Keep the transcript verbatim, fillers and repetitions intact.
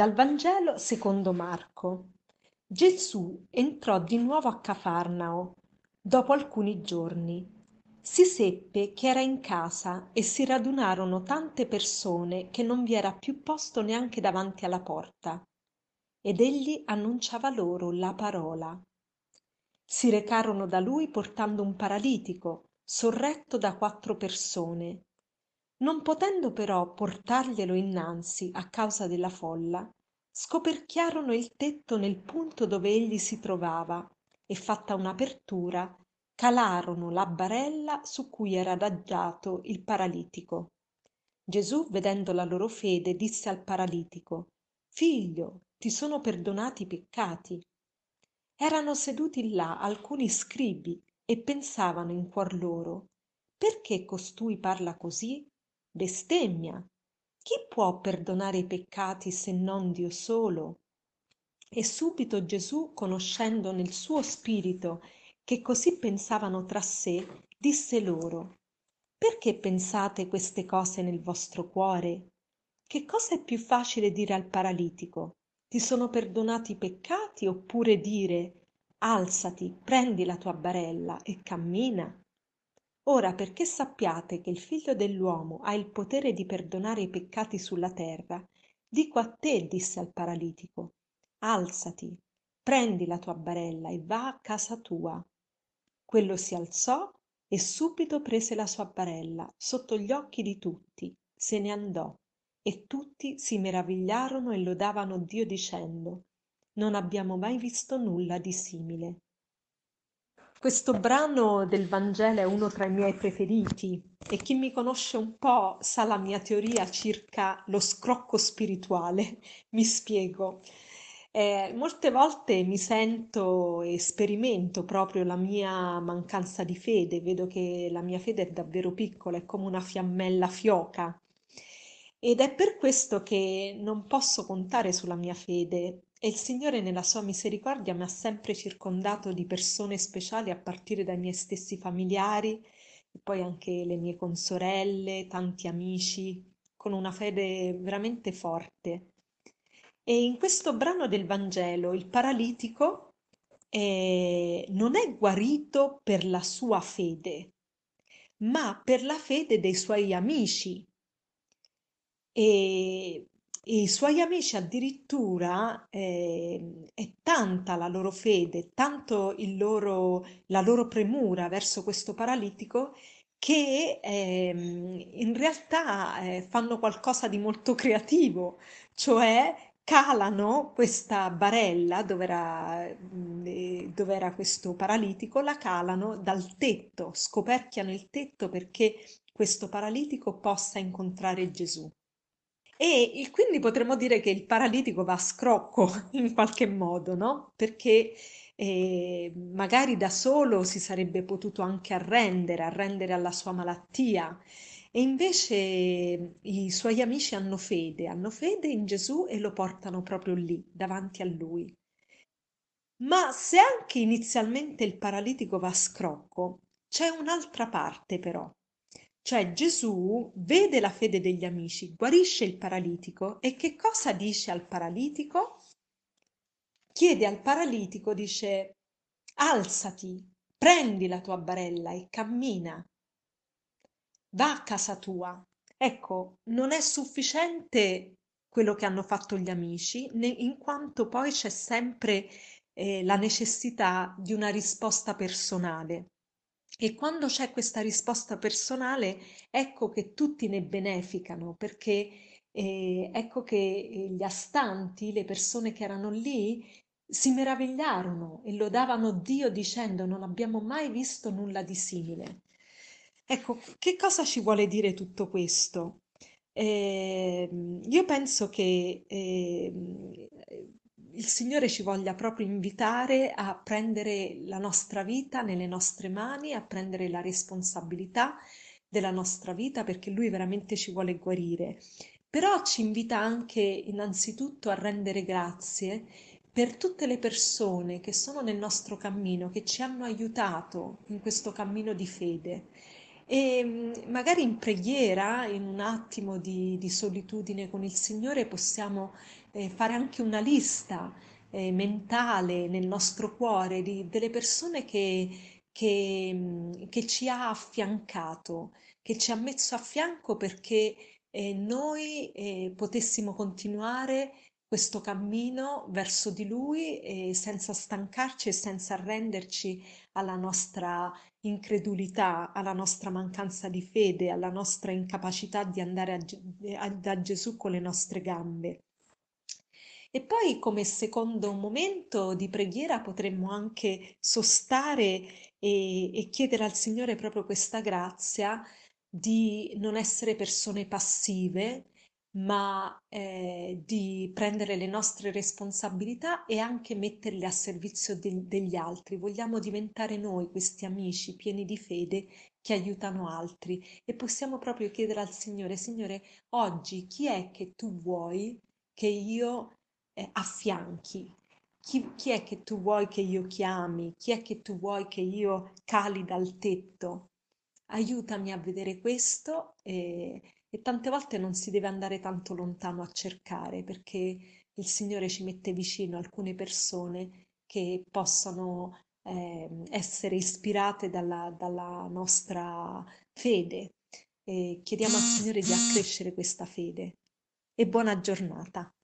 Dal Vangelo secondo Marco. Gesù entrò di nuovo a Cafarnao dopo alcuni giorni. Si seppe che era in casa e si radunarono tante persone che non vi era più posto neanche davanti alla porta. Ed egli annunciava loro la parola. Si recarono da lui portando un paralitico, sorretto da quattro persone. Non potendo però portarglielo innanzi a causa della folla, scoperchiarono il tetto nel punto dove egli si trovava e fatta un'apertura, calarono la barella su cui era adagiato il paralitico. Gesù, vedendo la loro fede, disse al paralitico: Figlio, ti sono perdonati i peccati. Erano seduti là alcuni scribi e pensavano in cuor loro: perché costui parla così? Bestemmia! Chi può perdonare i peccati se non Dio solo? E subito Gesù, conoscendo nel suo spirito che così pensavano tra sé, disse loro: perché pensate queste cose nel vostro cuore? Che cosa è più facile dire al paralitico: ti sono perdonati i peccati, oppure dire: alzati, prendi la tua barella e cammina? Ora, perché sappiate che il Figlio dell'uomo ha il potere di perdonare i peccati sulla terra, dico a te, disse al paralitico: alzati, prendi la tua barella e va a casa tua. Quello si alzò e subito prese la sua barella sotto gli occhi di tutti, se ne andò, e tutti si meravigliarono e lodavano Dio dicendo: non abbiamo mai visto nulla di simile. Questo brano del Vangelo è uno tra i miei preferiti e chi mi conosce un po' sa la mia teoria circa lo scrocco spirituale. Mi spiego. Eh, molte volte mi sento e sperimento proprio la mia mancanza di fede, vedo che la mia fede è davvero piccola, è come una fiammella fioca. Ed è per questo che non posso contare sulla mia fede e il Signore nella sua misericordia mi ha sempre circondato di persone speciali a partire dai miei stessi familiari e poi anche le mie consorelle, tanti amici, con una fede veramente forte. E in questo brano del Vangelo il paralitico eh, non è guarito per la sua fede, ma per la fede dei suoi amici e, e i suoi amici addirittura eh, è tanta la loro fede, tanto il loro, la loro premura verso questo paralitico che ehm, in realtà eh, fanno qualcosa di molto creativo, cioè calano questa barella dove era, mm, eh, dove era questo paralitico, la calano dal tetto, scoperchiano il tetto perché questo paralitico possa incontrare Gesù. E il- quindi potremmo dire che il paralitico va a scrocco in qualche modo, no? Perché eh, magari da solo si sarebbe potuto anche arrendere, arrendere alla sua malattia. E invece i suoi amici hanno fede, hanno fede in Gesù e lo portano proprio lì, davanti a lui. Ma se anche inizialmente il paralitico va a scrocco, c'è un'altra parte però. Cioè Gesù vede la fede degli amici, guarisce il paralitico e che cosa dice al paralitico? Chiede al paralitico, dice, alzati, prendi la tua barella e cammina, va a casa tua. Ecco, non è sufficiente quello che hanno fatto gli amici, ne- in quanto poi c'è sempre eh, la necessità di una risposta personale. E quando c'è questa risposta personale, ecco che tutti ne beneficano, perché eh, ecco che eh, gli astanti, le persone che erano lì, si meravigliarono e lodavano Dio dicendo: non abbiamo mai visto nulla di simile. Ecco, che cosa ci vuole dire tutto questo? Ehm, io penso che ehm, il Signore ci voglia proprio invitare a prendere la nostra vita nelle nostre mani, a prendere la responsabilità della nostra vita perché Lui veramente ci vuole guarire. Però ci invita anche innanzitutto a rendere grazie per tutte le persone che sono nel nostro cammino, che ci hanno aiutato in questo cammino di fede. E mm, magari in preghiera, in un attimo di, di solitudine con il Signore, possiamo eh, fare anche una lista eh, mentale nel nostro cuore di- delle persone che, che, mm, che ci ha affiancato, che ci ha messo a fianco perché eh, noi eh, potessimo continuare questo cammino verso di Lui eh, senza stancarci e senza arrenderci alla nostra incredulità, alla nostra mancanza di fede, alla nostra incapacità di andare a Ge- a- da Gesù con le nostre gambe. E poi come secondo momento di preghiera potremmo anche sostare e, e chiedere al Signore proprio questa grazia di non essere persone passive, ma eh, di prendere le nostre responsabilità e anche metterle a servizio de- degli altri. Vogliamo diventare noi questi amici pieni di fede che aiutano altri e possiamo proprio chiedere al Signore, Signore, oggi chi è che tu vuoi che io eh, affianchi? Chi, chi è che tu vuoi che io chiami? Chi è che tu vuoi che io cali dal tetto? Aiutami a vedere questo e, e tante volte non si deve andare tanto lontano a cercare perché il Signore ci mette vicino alcune persone che possano ehm, essere ispirate dalla, dalla nostra fede e chiediamo al Signore di accrescere questa fede. E buona giornata.